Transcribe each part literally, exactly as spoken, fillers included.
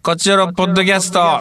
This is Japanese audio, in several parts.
こちらのポッドキャスト。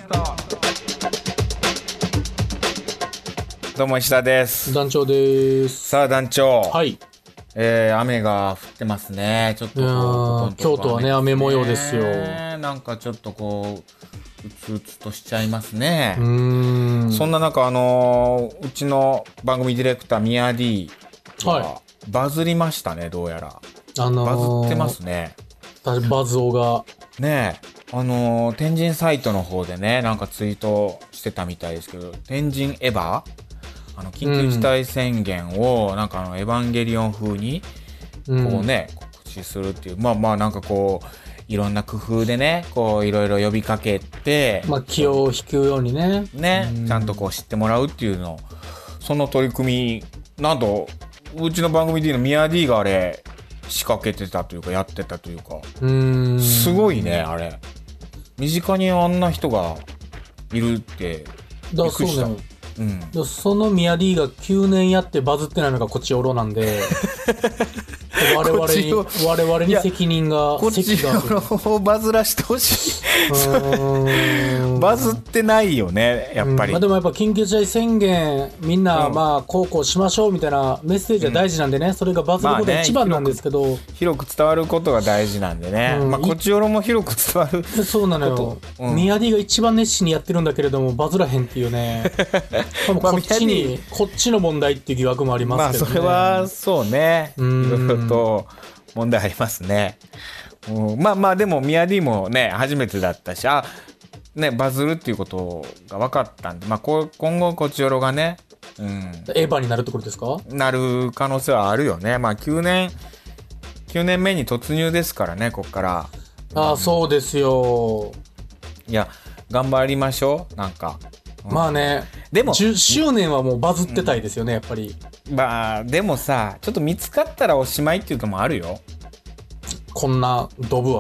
どうも石田です。 団長です。 さあ団長、 はい、 えー、雨が降ってますね。ちょっとこう京都はね雨模様ですよ。 なんかちょっとこううつうつとしちゃいますね。 うーん、 そんな中、あのー、うちの番組ディレクターミヤ D がバズりましたね。どうやら、 あのー、 バズってますね。 バズオがねえ、あのー、天神サイトの方でね、なんかツイートしてたみたいですけど、天神エヴァ、あの緊急事態宣言をなんかあのエヴァンゲリオン風にこうね、うん、告知するっていう、まあまあなんかこういろんな工夫でね、こういろいろ呼びかけて、 まあ気を引くようにね、 ね、うん、ちゃんとこう知ってもらうっていうの、その取り組み、なんとうちの番組 D のミヤ D があれ仕掛けてたというかやってたというか、 うーん、 すごいね。あれ身近にあんな人がいるってびっくりした。うん、 だそのミヤ D がきゅうねんやってバズってないのがこっちおろなんで我々に我々に責任がこっちをバズらしてほしいバズってないよねやっぱり、うん、 まあ、でもやっぱ緊急事態宣言みんなまあこうこうしましょうみたいなメッセージは大事なんでね、うん、それがバズることが一番なんですけど、まあね、 広く、広く伝わることが大事なんでね、うん、まあ、こっちおろも広く伝わるそうなのよ、うん、ミヤ D が一番熱心にやってるんだけれどもバズらへんっていうねこっちにこっちの問題っていう疑惑もありますけどね。 まあそれはそうね、いろいろと問題ありますね。うん、まあまあでもミヤ D もね初めてだったし、あねバズるっていうことが分かったんで、まあこ今後こちよろがね、うん、 エヴァになるってことですか？ なる可能性はあるよね。まあきゅうねんきゅうねんめに突入ですからね、こっから。 ああ、うん、そうですよ。 いや頑張りましょう。なんか。 まあね、でもじゅっしゅうねんはもうバズってたいですよね、やっぱり。 まあでもさ、ちょっと見つかったらおしまいっていうのもあるよ。 こんなドブ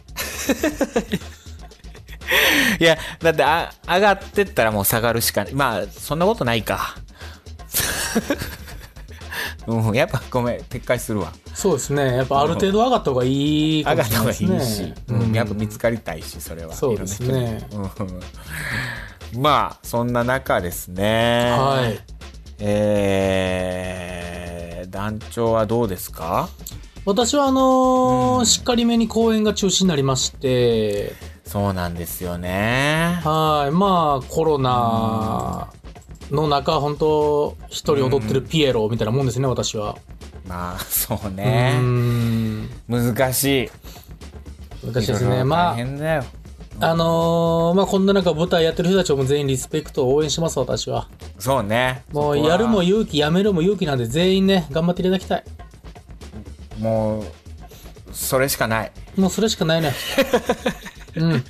はいやだってあ上がってったらもう下がるしかない。まあそんなことないかうん、やっぱごめん撤回するわ。そうですね、やっぱある程度上がった方がいいかもしれないですね。 上がった方がいいし、うんうん、やっぱ見つかりたいし、それはそうですね。 まあそんな中ですね、 はい、 えー、団長はどうですか？ 私はあのーうん、しっかりめに公演が中止になりまして。 そうなんですよね。 はい、まあコロナの中本当一人踊ってるピエロみたいなもんですね、私は。 まあそうね、うん、難しい難しいですね。まあ大変だよ。あのー、まあこんな中舞台やってる人たちも全員リスペクトを応援します。私はそうね。 もうやるも勇気、やめるも勇気なんで全員ね頑張っていただきたい。 もうそれしかない。 もうそれしかないねうん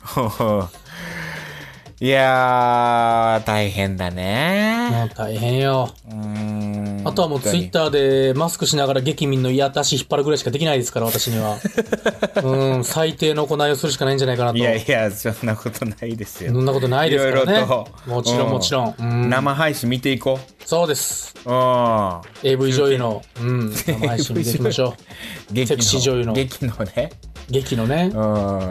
いやー大変だね。 もう大変よ。うーん、あとはもうツイッターでマスクしながら激民の嫌足引っ張るぐらいしかできないですから私にはうん、最低の行いをするしかないんじゃないかなと。 いやいやそんなことないですよ。 そんなことないですからね。いろいろともちろんもちろん、 うん、生配信見ていこう。 そうです。 うんエーブイ 女優の、うん、生配信見ていきましょうセクシー女優の劇のね劇のね、 うん、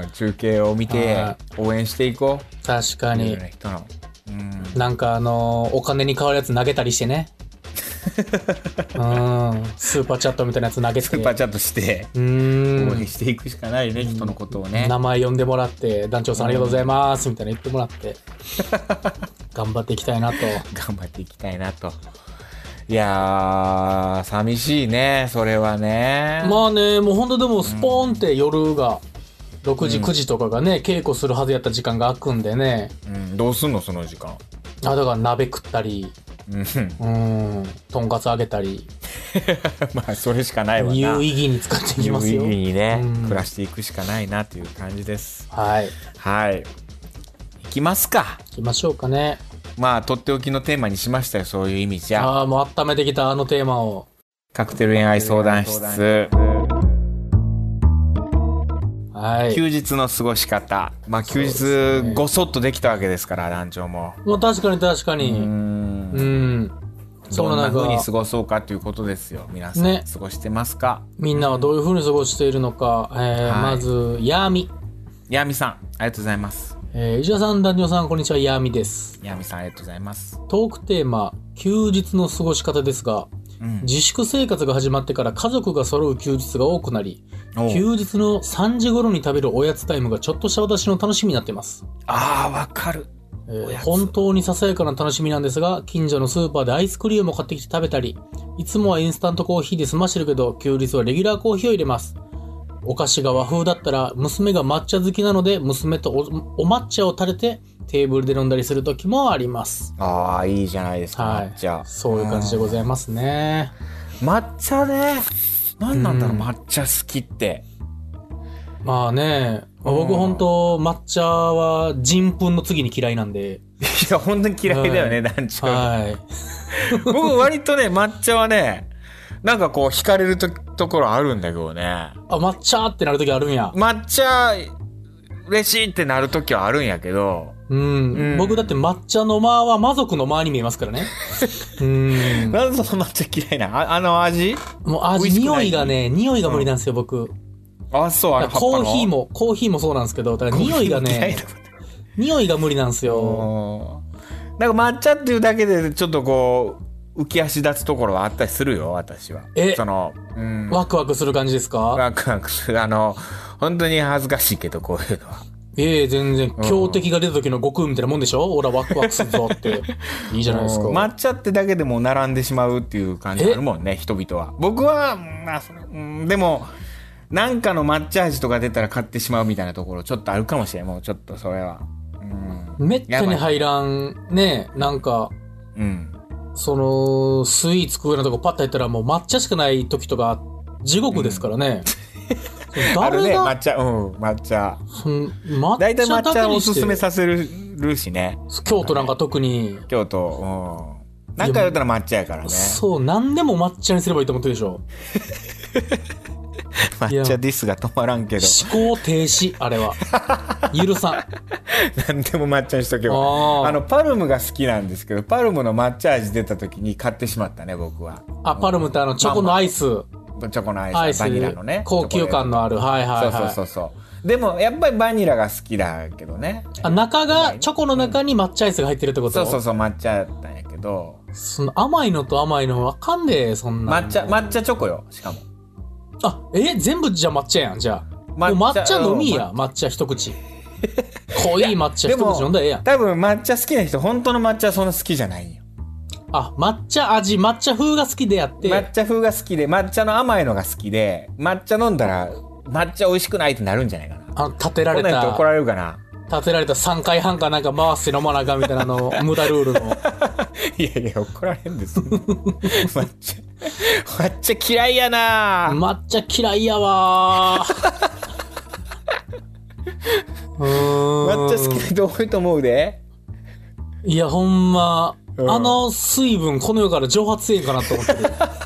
中継を見て応援していこう。 確かに、 人の、うん、 なんかあのー、お金に変わるやつ投げたりしてねうん、スーパーチャットみたいなやつ投げてスーパーチャットして応援していくしかないね、人のことをね。 名前呼んでもらって団長さんありがとうございますみたいな言ってもらって頑張っていきたいなと頑張っていきたいなと。いやー寂しいねそれはね。 まあね、もうほんとでもスポーンって夜がろくじ、うん、くじとかがね稽古するはずやった時間が空くんでね、 うん、どうすんのその時間。 あだから鍋食ったりうん、とんかつ揚げたりまあそれしかないわな。 有意義に使っていきますよ。 有意義にね、うん、暮らしていくしかないなという感じです。 はいはい行きますか。 行きましょうかね。 まあとっておきのテーマにしましたよ、そういう意味じゃ。 ああもう温めてきたあのテーマを。 カクテル恋愛相談室。はい、休日の過ごし方。まあ休日ごそっとできたわけですから団長も。 まあ確かに確かに。うんうんどんな風に過ごそうかということですよ。皆さん、ね、過ごしてますか？ みんなはどういう風に過ごしているのか、えーはい、まず闇ヤミさん、ありがとうございます。 えー、石田さん、男女さん、こんにちは、ヤミです。 ヤミさん、ありがとうございます。 トークテーマ、休日の過ごし方ですが、うん、自粛生活が始まってから家族が揃う休日が多くなり、休日のさんじ頃に食べるおやつタイムがちょっとした私の楽しみになっています。 あー、わかる。 えー、本当にささやかな楽しみなんですが、近所のスーパーでアイスクリームを買ってきて食べたり、いつもはインスタントコーヒーで済ましてるけど、休日はレギュラーコーヒーを入れます。お菓子が和風だったら、娘が抹茶好きなので、娘と お, お抹茶を垂れてテーブルで飲んだりする時もあります。 ああ、いいじゃないですか、はい、抹茶。 そういう感じでございますね。 抹茶ね。何なんだろう、うん、抹茶好きって。 まあね、僕本当抹茶は人糞の次に嫌いなんで。 いや、本当に嫌いだよね、はい、団長。はい。僕割とね、抹茶はね、なんかこう惹かれる と, ところあるんだけどね。あ、 抹茶ってなるときあるんや。 抹茶嬉しいってなるときはあるんやけど。 うん、うん。僕だって抹茶の間は魔族の間に見えますからね。 うん。なんでその抹茶嫌いな あ, あの味もう味、匂いがね、匂いが無理なんですよ、うん、僕。 あ、そう、あれコーヒーも、コーヒーもそうなんですけど、だから匂いがね、匂いが無理なんですよ。 なんか抹茶っていうだけでちょっとこう、浮き足立つところはあったりするよ、私は。 え、 その、うん、 ワクワクする感じですか？ ワクワクする。あの、本当に恥ずかしいけど、こういうのは。 ええー、全然、強敵が出た時の悟空みたいなもんでしょ？俺はワクワクするぞって。いいじゃないですか。 抹茶ってだけでも並んでしまうっていう感じあるもんね、人々は。僕は、まあ、うん、でも、なんかの抹茶味とか出たら買ってしまうみたいなところちょっとあるかもしれん。もうちょっとそれは。 うん、めっちゃに入らん、ね、なんか、うん。その、スイーツ食うようなとこパッと入ったらもう抹茶しかない時とか地獄ですからね。 うん、あるね、抹茶。うん、抹茶。 抹茶だいたい抹茶をおすすめさせるしね。 京都なんか特に。 京都、うん。なんか言ったら抹茶やからね。 そう、なんでも抹茶にすればいいと思ってるでしょ。 抹茶ディスが止まらんけど。 思考停止、あれは。許さん。 なんでも抹茶にしとけば。あの、パルムが好きなんですけど、パルムの抹茶味出た時に買ってしまったね、僕は。 あ、パルムってあの、チョコのアイス。 チョコのアイス。アイスバニラのね。 高級感のある。はいはいはい。 そうそうそう。でも、やっぱりバニラが好きだけどね。 あ、中が、チョコの中に抹茶アイスが入ってるってこと？ そうそうそう、抹茶やったんやけど。 その甘いのと甘いのわかんねえ、そんな。 抹茶、抹茶チョコよ、しかも。 あ、え全部じゃあ抹茶やん、じゃあ。抹茶、もう抹茶飲みや、抹茶一口。濃い抹茶一口飲んだらええやん。 多分抹茶好きな人、本当の抹茶はそんな好きじゃないんよ。 あ、抹茶味、抹茶風が好きでやって。 抹茶風が好きで、抹茶の甘いのが好きで、抹茶飲んだら、抹茶美味しくないってなるんじゃないかな。 あ、立てられた。 こんなんやって怒られるかな。 立てられたさんかいはんかなんか回して飲まなあかんみたいなの、無駄ルールの。 いやいや、怒られんですよ。抹茶、抹茶嫌いやな。 抹茶嫌いやわー。 抹茶好きな人多いと思うで。 いや、ほんま、うん、あの水分この世から蒸発せえんかなと思ってる。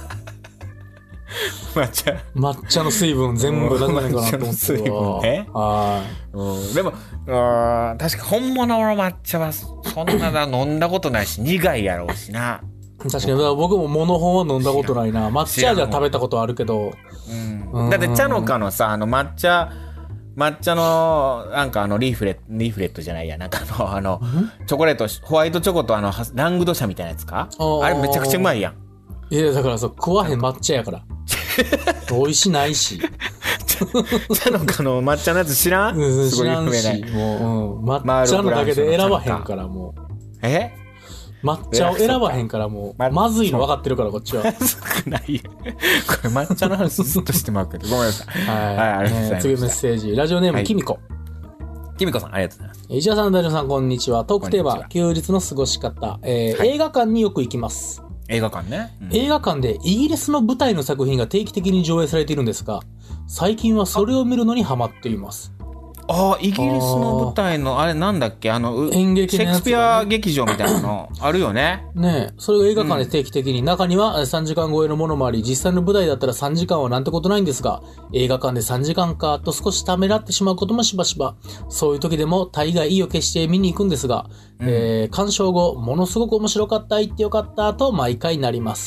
抹茶抹茶の水分全部なくなるかなと思ってる。抹茶の水分ね。 はい、うん。でも、うん、確か本物の抹茶はそんなだ飲んだことないし、苦いやろうしな。 確かに、僕もモノホンは飲んだことないな。抹茶じゃ食べたことあるけど。 うん、だって茶の花のさ、あの抹茶、抹茶の、なんかあのリーフレット、リーフレットじゃないや、なんかあの、あの、チョコレート、ホワイトチョコとあの、ラングドシャみたいなやつか？あれめちゃくちゃうまいやん。 いや、だからそう、食わへん抹茶やから。美味しないし。 茶の花の抹茶のやつ知らん？ うん、知らんし、もう、うん、抹茶のだけで選ばへんから、もう。 え？ 抹茶を選ばへんからもう、ま、まずいの分かってるから、こっちは。 まずくないよ。これ抹茶の話ずっとしてまうけど、ごめんなさい。 はい。はい、ありがとうございます。次メッセージ。ラジオネーム、はい、きみこ。 きみこさん、ありがとうございます。 石田さん、大丈さん、こんにちは。トークテーマ、休日の過ごし方。えーはい、映画館によく行きます。 映画館ね、 うん。映画館でイギリスの舞台の作品が定期的に上映されているんですが、最近はそれを見るのにハマっています。 ああ、イギリスの舞台の、あれなんだっけ、あの、 演劇のやつ、ね、 シェイクスピア劇場みたいなのあるよね。 ねえ、それが映画館で定期的に、うん、中にはさんじかん超えのものもあり、実際の舞台だったらさんじかんはなんてことないんですが、映画館でさんじかんかと少しためらってしまうこともしばしば、そういう時でも大概意を決して見に行くんですが、うん、えー、鑑賞後、ものすごく面白かった、行ってよかったと毎回なります。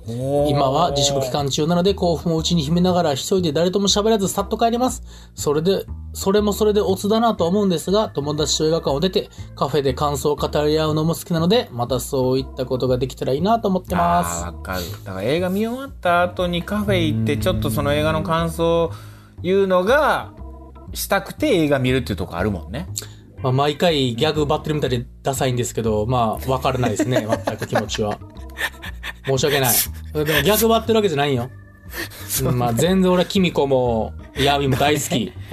今は自粛期間中なので興奮を内に秘めながら一人で誰とも喋らずさっと帰ります。それで、それもそれでオツだなと思うんですが、友達と映画館を出てカフェで感想を語り合うのも好きなので、またそういったことができたらいいなと思ってます。 あー、わかる。だから映画見終わった後にカフェ行ってちょっとその映画の感想を言うのがしたくて映画見るっていうとこあるもんね。 まあ、毎回ギャグバってるみたいでダサいんですけど、まあ、わからないですね。全く気持ちは。申し訳ない。でもギャグバってるわけじゃないよ。うん、まあ、全然俺はキミコもヤビも大好き。うん。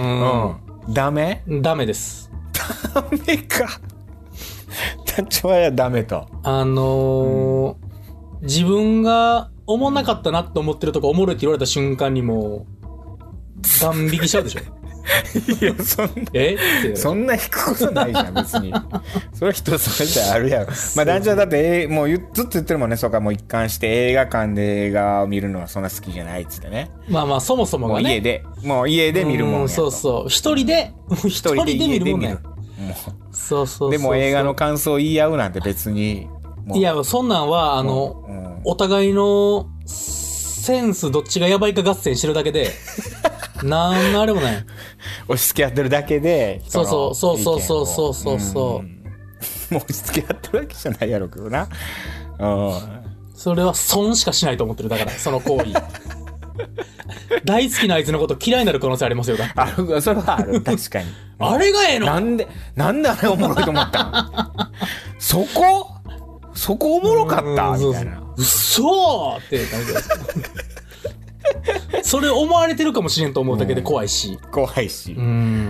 うん、ダメ？ ダメです。 ダメか。団長はダメと。 あのーうん、自分がおもんなかったなって思ってるとこおもろいって言われた瞬間にもう、ガン引きしちゃうでしょ。 いや、そんな、 えそんな引くことないじゃん、別に。それは人それぞれあるやろ。まあ、団長だって、もうずっと言ってるもんね、そうか、もう一貫して映画館で映画を見るのはそんな好きじゃないっつってね。 まあまあ、そもそもがね。 もう家で、もう家で見るもんやと。 そうそう。一人で、一人で見るもんね。もう。そうそうそう。 でも映画の感想を言い合うなんて別に。 いや、そんなんは、あの、うん、お互いのセンスどっちがやばいか合戦してるだけで、なんのあれもない。 押し付け合ってるだけで。 そうそうそうそうそうそうそうそう。 もう押し付け合ってるわけじゃないやろうけどな。うん。 それは損しかしないと思ってる。だから、その行為。大好きなあいつのこと嫌いになる可能性ありますよ。だってある、それはある。確かに。 あれがええの？ なんで、なんであれおもろいと思ったん？そこそこおもろかったみたいな。 うそーって感じです。それ思われてるかもしれんと思うだけで怖いし。 うん、怖いし。 うん。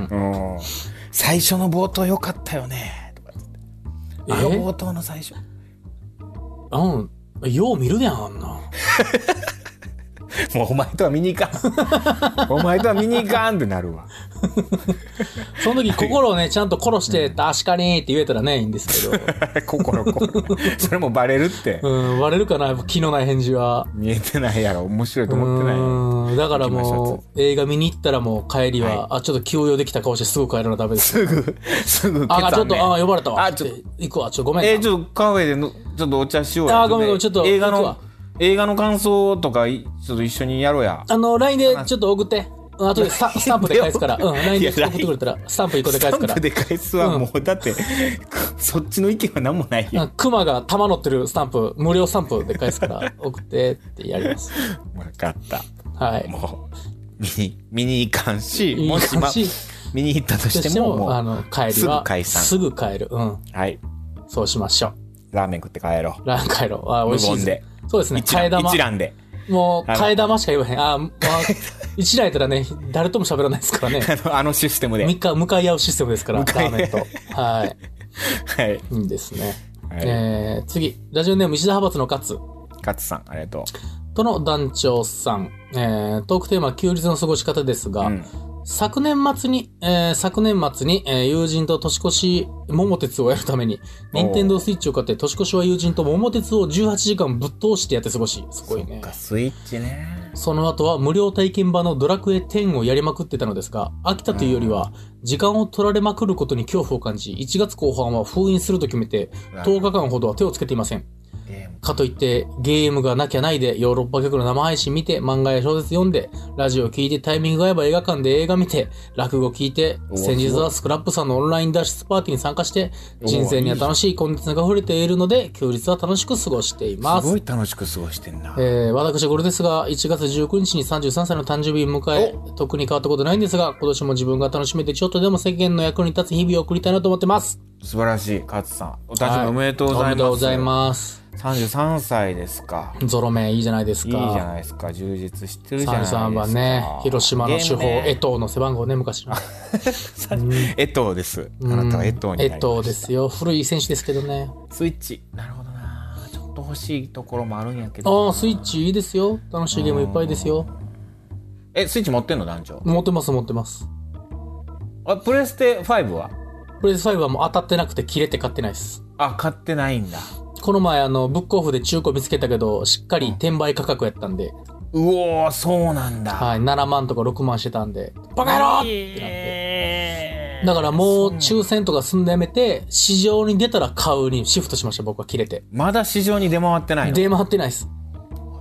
うん。最初の冒頭良かったよね。とかってあの冒頭の最初。 うん。よう見るやん、あんな。 もうお前とは見に行かん。お前とは見に行かんってなるわ。 その時心をね、ちゃんと殺して、確かにって言えたらね、いいんですけど。 心、心。それもバレるって。 うん、バレるかな、気のない返事は。 見えてないやろ。面白いと思ってないよ。 うん、だからもう、映画見に行ったらもう帰りは、はい、あ、ちょっと休養できた顔してすぐ帰らなダメです。 すぐ、すぐ、 あ、ちょっと、あ、呼ばれたわ。 あ、ちょっと、 行くわ、ちょっとごめんな。 えー、ちょっとカフェでの、ちょっとお茶しようや。 あ、ごめんごめん、ちょっと、 映画の、映画の感想とか、ちょっと一緒にやろうや。 あの、ライン でちょっと送って。あとでスタスタンプで返すから。うん、ライン で送ってくれたら、スタンプいっこで返すから。 スタンプで返すはもう、うん、だって、そっちの意見は何もないよ。 クマが玉乗ってるスタンプ、無料スタンプで返すから、送ってってやります。 わかった。 はい。 もう、見に、見に行かんし、もし、ま、見に行ったとしても、もう、 あの、帰りは、すぐ解散。すぐ帰る。うん。 はい。 そうしましょう。 ラーメン食って帰ろう。 ラーメン帰ろう。あ、美味しいです。そうですね。 替え玉。一覧で。 もう、替え玉しか言わへん。あ、まあ、一覧やったらね、誰とも喋らないですからね。 あの、あのシステムで。 向か、向かい合うシステムですから、ラーメンと。はい。 はい。 いいですね。はい、えー、次。ラジオネーム石田派閥の勝。 勝さん、ありがとう。 との団長さん。えー、トークテーマは休日の過ごし方ですが、うん、昨年末に、えー、昨年末に、えー、友人と年越し桃鉄をやるために、任天堂スイッチを買って年越しは友人と桃鉄をじゅうはちじかんぶっ通してやって過ごし、すごいね。 そっか、スイッチね。 その後は無料体験版のドラクエテンをやりまくってたのですが、飽きたというよりは、時間を取られまくることに恐怖を感じ、いちがつこう半は封印すると決めて、とおかかんほどは手をつけていません。かといってゲームがなきゃないでヨーロッパ局の生配信見て漫画や小説読んでラジオ聞いてタイミングが合えば映画館で映画見て落語聞いて先日はスクラップさんのオンライン脱出パーティーに参加して人生には楽しいコンテンツが溢れているので休日は楽しく過ごしています。 すごい楽しく過ごしてんな。 えー、私これですがいちがつじゅうくにちにさんじゅうさんさいの誕生日を迎え特に変わったことないんですが今年も自分が楽しめてちょっとでも世間の役に立つ日々を送りたいなと思ってます。 素晴らしい。勝さんお誕生日おめでとうございます、はい、 おめでとうございます。 さんじゅうさんさいですか。 ゾロ目いいじゃないですか。 いいじゃないですか。充実してるじゃないですか。 さんじゅうさんばんね。広島の主砲、江藤の背番号ね、昔の。 江藤です。あなたは江藤になりました。 江藤ですよ。古い選手ですけどね。 スイッチ。なるほどな。ちょっと欲しいところもあるんやけど。 ああ、スイッチいいですよ。楽しいゲームいっぱいですよ。 え、スイッチ持ってんの団長？ 持ってます、持ってます。 あ、プレステファイブは？ プレステファイブはもう当たってなくて切れて買ってないです。 あ、買ってないんだ。 この前あのブックオフで中古見つけたけどしっかり転売価格やったんで、 うん、うおーそうなんだ。 はい、ななまんとかろくまんしてたんでバカ野郎ってなって、えー、だからもう抽選とか済んでやめて市場に出たら買うにシフトしました。僕は切れて。 まだ市場に出回ってないの？ 出回ってないです。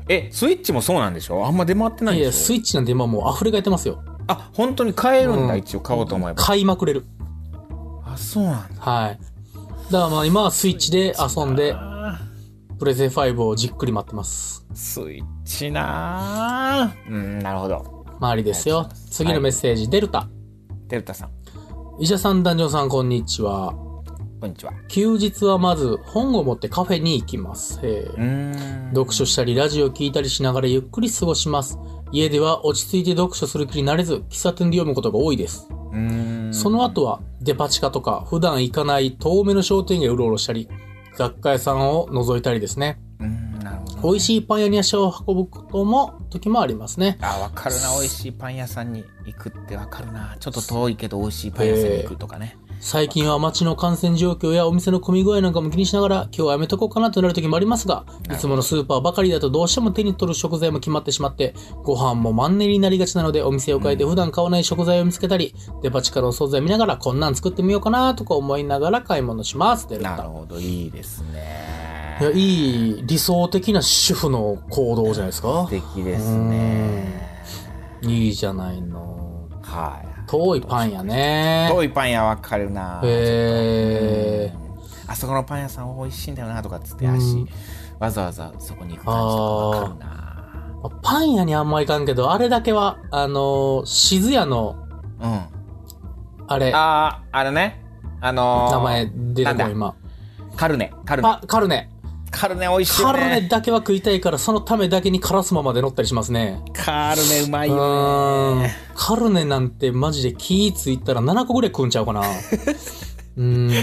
え、スイッチもそうなんでしょ？あんま出回ってないんでしょ？ いや、スイッチなんて今もう溢れ返ってますよ。 あ、本当に買えるんだ、 うん一応買おうと思えば。 買いまくれる。 あ、そうなんだ。 はい。だからまあ今はスイッチで遊んで、プレゼンファイブをじっくり待ってます。 スイッチなぁ。うん、なるほど。 周りですよ。次のメッセージ、はい、デルタ。 デルタさん。 医者さん、男女さん、こんにちは。 こんにちは。 休日はまず本を持ってカフェに行きます。へー。読書したりラジオ聞いたりしながらゆっくり過ごします。家では落ち着いて読書する気になれず、喫茶店で読むことが多いです。うーんその後はデパ地下とか普段行かない遠めの商店街をうろうろしたり、雑貨屋さんを覗いたりですね。うーんなるほどね、美味しいパン屋に足を運ぶことも、時もありますね。 あ、わかるな。美味しいパン屋さんに行くってわかるな。ちょっと遠いけど美味しいパン屋さんに行くとかね。 最近は街の感染状況やお店の混み具合なんかも気にしながら、今日はやめとこうかなとなる時もありますが、いつものスーパーばかりだとどうしても手に取る食材も決まってしまって、ご飯もマンネリになりがちなので、お店を変えて普段買わない食材を見つけたり、うん、デパ地下の惣菜見ながらこんなん作ってみようかなとか思いながら買い物します。デルタ。 なるほど、いいですね。 いや、いい理想的な主婦の行動じゃないですか。 素敵ですね。 いいじゃないの。 はい。 遠いパン屋ね。 遠いパン屋わかるな。 へー。 あそこのパン屋さん美味しいんだよなとかつってやし、わざわざそこに行く感じとかわかるな。 パン屋にあんまいかんけど、あれだけは、あのー、静谷の、うん。あれ。 あー、あれね。あのー、 名前出てこい今。 カルネ。カルネ。 あ、カルネ。 カルネ美味しいよね。 カルネだけは食いたいから、そのためだけにカラスマまで乗ったりしますね。 カルネうまいよね。 カルネなんてマジで気ついたらななこぐらい食うんちゃうかな。うん、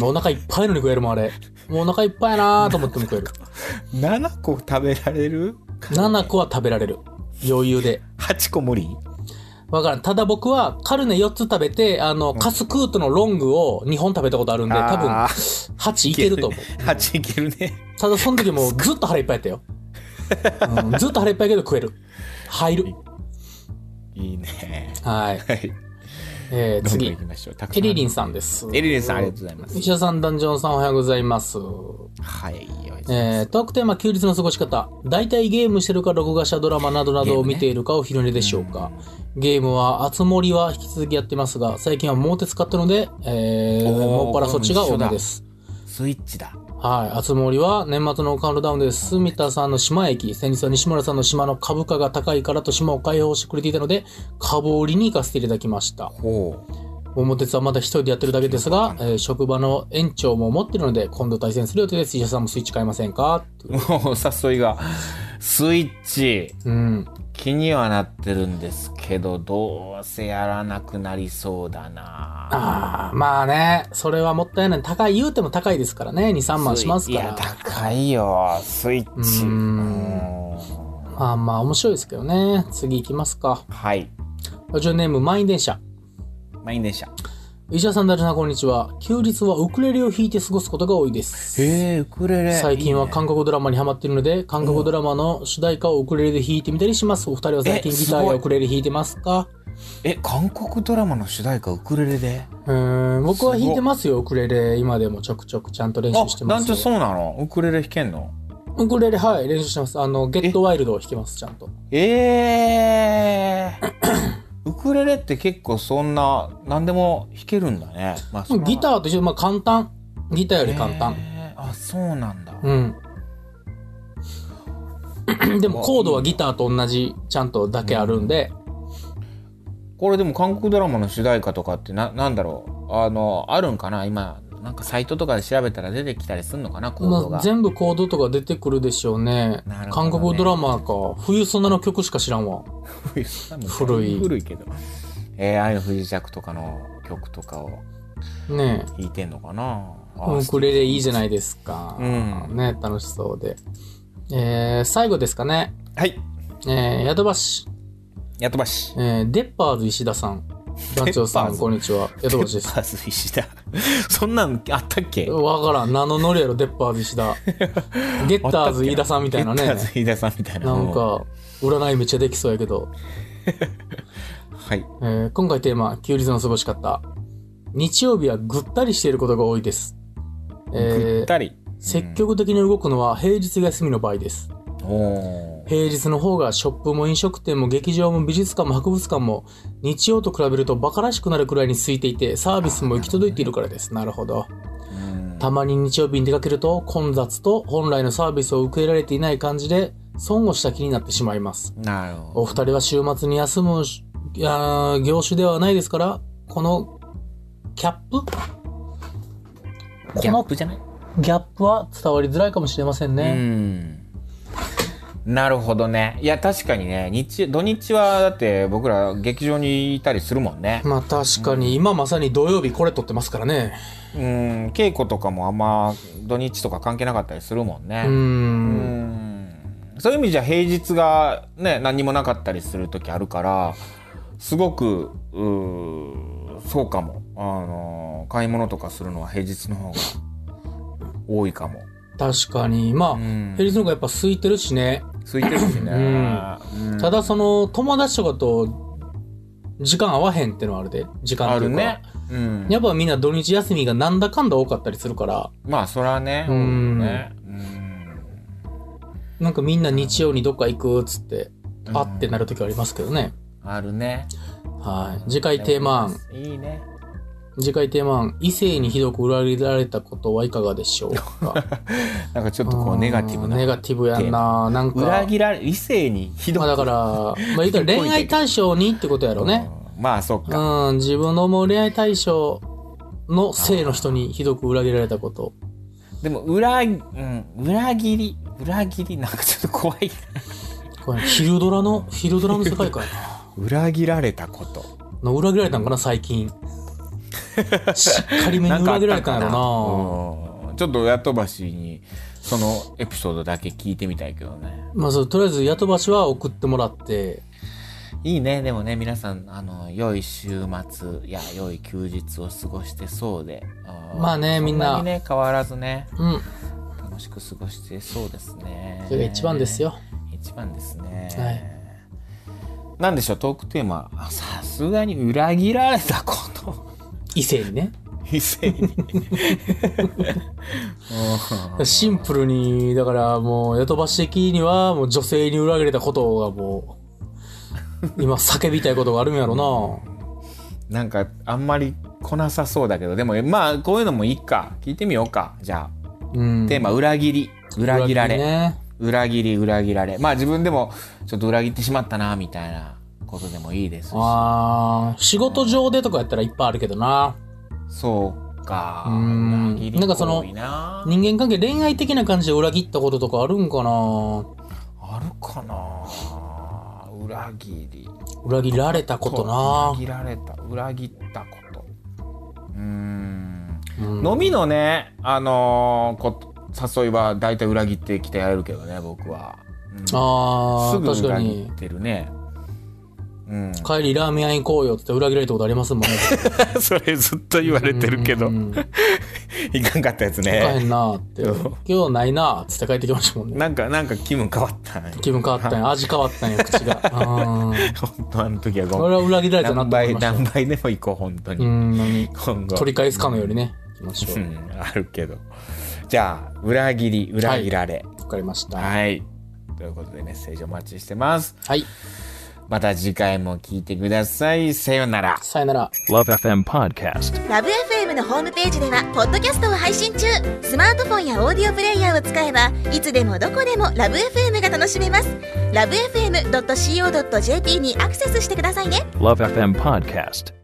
お腹いっぱいのに食えるもんあれ。もうお腹いっぱいやなと思っても食える。 ななこ食べられる？ ななこは食べられる。余裕で。 はちこ無理？ わからん。ただ僕はカルネよっつ食べて、あの、カスクートのロングをにほん食べたことあるんで、多分、はちいけると思う。 はちいけるね。 ただその時もうずっと腹いっぱいやったよ。うん、ずっと腹いっぱいやけど食える。入る。 いいね。 はい。えー、次。エリリンさんです。 エリリンさんありがとうございます。 石田さん、ダンジョンさんおはようございます。 はい。 えー、トークテーマ、休日の過ごし方。大体ゲームしてるか、録画したドラマなどなどを見ているかを昼寝でしょうか。ゲームは、あつ森は引き続きやってますが、最近はモーテ使ったので、えー、もっぱらそっちが多めです。 スイッチだ。 はい。あつ森は年末のカウントダウンで、住田さんの島駅、先日は西村さんの島の株価が高いからと島を開放してくれていたので、株を売りに行かせていただきました。ほう。桃鉄はまだ一人でやってるだけですが、えー、職場の園長も持ってるので、今度対戦する予定です。医者さんもスイッチ買いませんか？ もう誘いが。スイッチ。 うん。 気にはなってるんですけど、どうせやらなくなりそうだな。 ああ、まあね、それはもったいない。高い、言うても高いですからね。に、さんまんしますから。 いや、高いよ、スイッチ。うーん。 まあまあ、面白いですけどね。次行きますか。 はい。 ラジオネーム、満員電車。 満員電車。 石田さん、ダルさん、こんにちは。休日はウクレレを弾いて過ごすことが多いです。 へー、ウクレレ。 最近は韓国ドラマにハマっているので、韓国ドラマの主題歌をウクレレで弾いてみたりします。お二人は最近ギターやウクレレ弾いてますか？ え、韓国ドラマの主題歌ウクレレで？ うーん、僕は弾いてますよ、ウクレレ。今でもちょくちょくちゃんと練習してます。 あ、なんてそうなの？ウクレレ弾けんの？ ウクレレ、はい、練習してます。あの、ゲットワイルドを弾けます、ちゃんと。 えー。ウクレレって結構そんな、何でも弾けるんだね。まあ、 ギターと一緒、まあ簡単。ギターより簡単。 あ、そうなんだ。 うん。でもコードはギターと同じ、ちゃんとだけあるんで。 うん、これでも韓国ドラマの主題歌とかってな、なんだろう。あの、あるんかな今。なんかサイトとかで調べたら出てきたりするのかなコードが、 まあ、全部コードとか出てくるでしょうね。ね、韓国ドラマか。冬ソナの曲しか知らんわ。 冬ソナ古い。 古いけど。えー、愛の不時着とかの曲とかをね弾いてんのかな。 ウクレレいいじゃないですか。うん、ね、楽しそうで。えー、最後ですかね。 はい。 えー、ヤドバシ。 ヤドバシ。 えー、デッパーズ石田さん。団長さん、こんにちは。ヤドバシです。 デッパーズ石田。そんなんあったっけ？ わからん。何のノリやろ、デッパーズ石田。ゲッターズ飯田さんみたいなね。 ゲッターズ飯田さんみたいな。 なんか、占いめっちゃできそうやけど。 はい、 えー。今回テーマ、休日の過ごし方。日曜日はぐったりしていることが多いです。 えー、ぐったり、 積極的に動くのは平日が休みの場合です。 おほう。 平日の方がショップも飲食店も劇場も美術館も博物館も日曜と比べるとバカらしくなるくらいに空いていてサービスも行き届いているからです。なるほど。たまに日曜日に出かけると混雑と本来のサービスを受けられていない感じで損をした気になってしまいます。 なるほど。 お二人は週末に休むいや業種ではないですから、このキャップギャップじゃない？ ギャップは伝わりづらいかもしれませんね。 うん。なるほどね。いや確かにね、日土日はだって僕ら劇場にいたりするもんね。 まあ確かに、うん、今まさに土曜日これ撮ってますからね。 うん、稽古とかもあんま土日とか関係なかったりするもんね。 うん。 うんそういう意味じゃ平日がね何にもなかったりする時あるから、すごくうそうかも。あの買い物とかするのは平日の方が多いかも。 確かに。まあ、うん、平日の方がやっぱ空いてるしね。 空いてるしね。 うん、ただその友達とかと時間合わへんってのはあるで。時間っていうか。あるね。うん、やっぱみんな土日休みがなんだかんだ多かったりするから。 まあそれはね。 うん。 ねうん、なんかみんな日曜にどっか行くっつって、うん、あってなるときありますけどね。 あるね。 はい。次回テーマ案。 いいね。 次回テーマ案。異性にひどく裏切られたことはいかがでしょうか。 なんかちょっとこうネガティブな。 ネガティブやんな。なんか。 裏切られ、異性にひどく。 まあだから、まあ言うたら恋愛対象にってことやろうね。 うん、まあそっか。 うん。自分の思う恋愛対象の性の人にひどく裏切られたこと。 でも裏、うん、裏切り、裏切りなんかちょっと怖い。 これ昼ドラの、昼ドラの世界観やな。 裏切られたことの裏切られたんかな最近。しっかりめに裏切られたんやろな。 うん、ちょっとやとばしにそのエピソードだけ聞いてみたいけどね。 まあそうとりあえずやとばしは送ってもらって。 いいね。でもね皆さんあの良い週末や良い休日を過ごしてそうで。 あまあねみんな。 そんなにね変わらずね。 うん。 楽しく過ごしてそうですね。 それが一番ですよ。 一番ですね。 はい。 なんでしょうトークテーマ。さすがに裏切られたこと異性にね異性にシンプルにだからもうやとばし的にはもう女性に裏切れたことがもう今叫びたいことがあるんやろな。なんかあんまり来なさそうだけどでもまあこういうのもいいか聞いてみようか。じゃあ、うん、テーマ裏切り裏切られ裏切りね裏切り裏切られ。まあ自分でもちょっと裏切ってしまったなみたいなことでもいいですし。 ああ、仕事上でとかやったらいっぱいあるけどな。 そうか。 うん。なんかその人間関係恋愛的な感じで裏切ったこととかあるんかな。 あるかな。裏切り。 裏切られたことな。 裏切られた裏切ったこと。うーん。うん飲みのねあのー、こ誘いはだいたい裏切ってきてやるけどね僕は。 うん、ああ、 すぐ裏切ってるね。うん、 帰りラーメン屋行こうよって裏切られたことありますもんね。 それずっと言われてるけど、うんうん、行かんかったやつね。 行かへんなーって今日ないなーっつって帰ってきましたもんね。 なんかなんか気分変わったん気分変わったんや味変わったんや口が。 本当あの時はごめん。 俺は裏切られたなと思いました。 何倍何倍でも行こう本当に。 うん今後取り返すかのよりね、行きましょう。 うん、あるけど。じゃあ裏切り裏切られ。 わ、はい、かりました。 はい。ということでメッセージお待ちしてます。 はい。 また次回も聞いてください。さよなら。 さよなら。 Love エフエム Podcast。 ラブ エフエム のホームページではポッドキャストを配信中。スマートフォンやオーディオプレイヤーを使えばいつでもどこでもラブ エフエム が楽しめます。ラブエフエムドットシーオードットジェーピー にアクセスしてくださいね。 Love エフエム Podcast。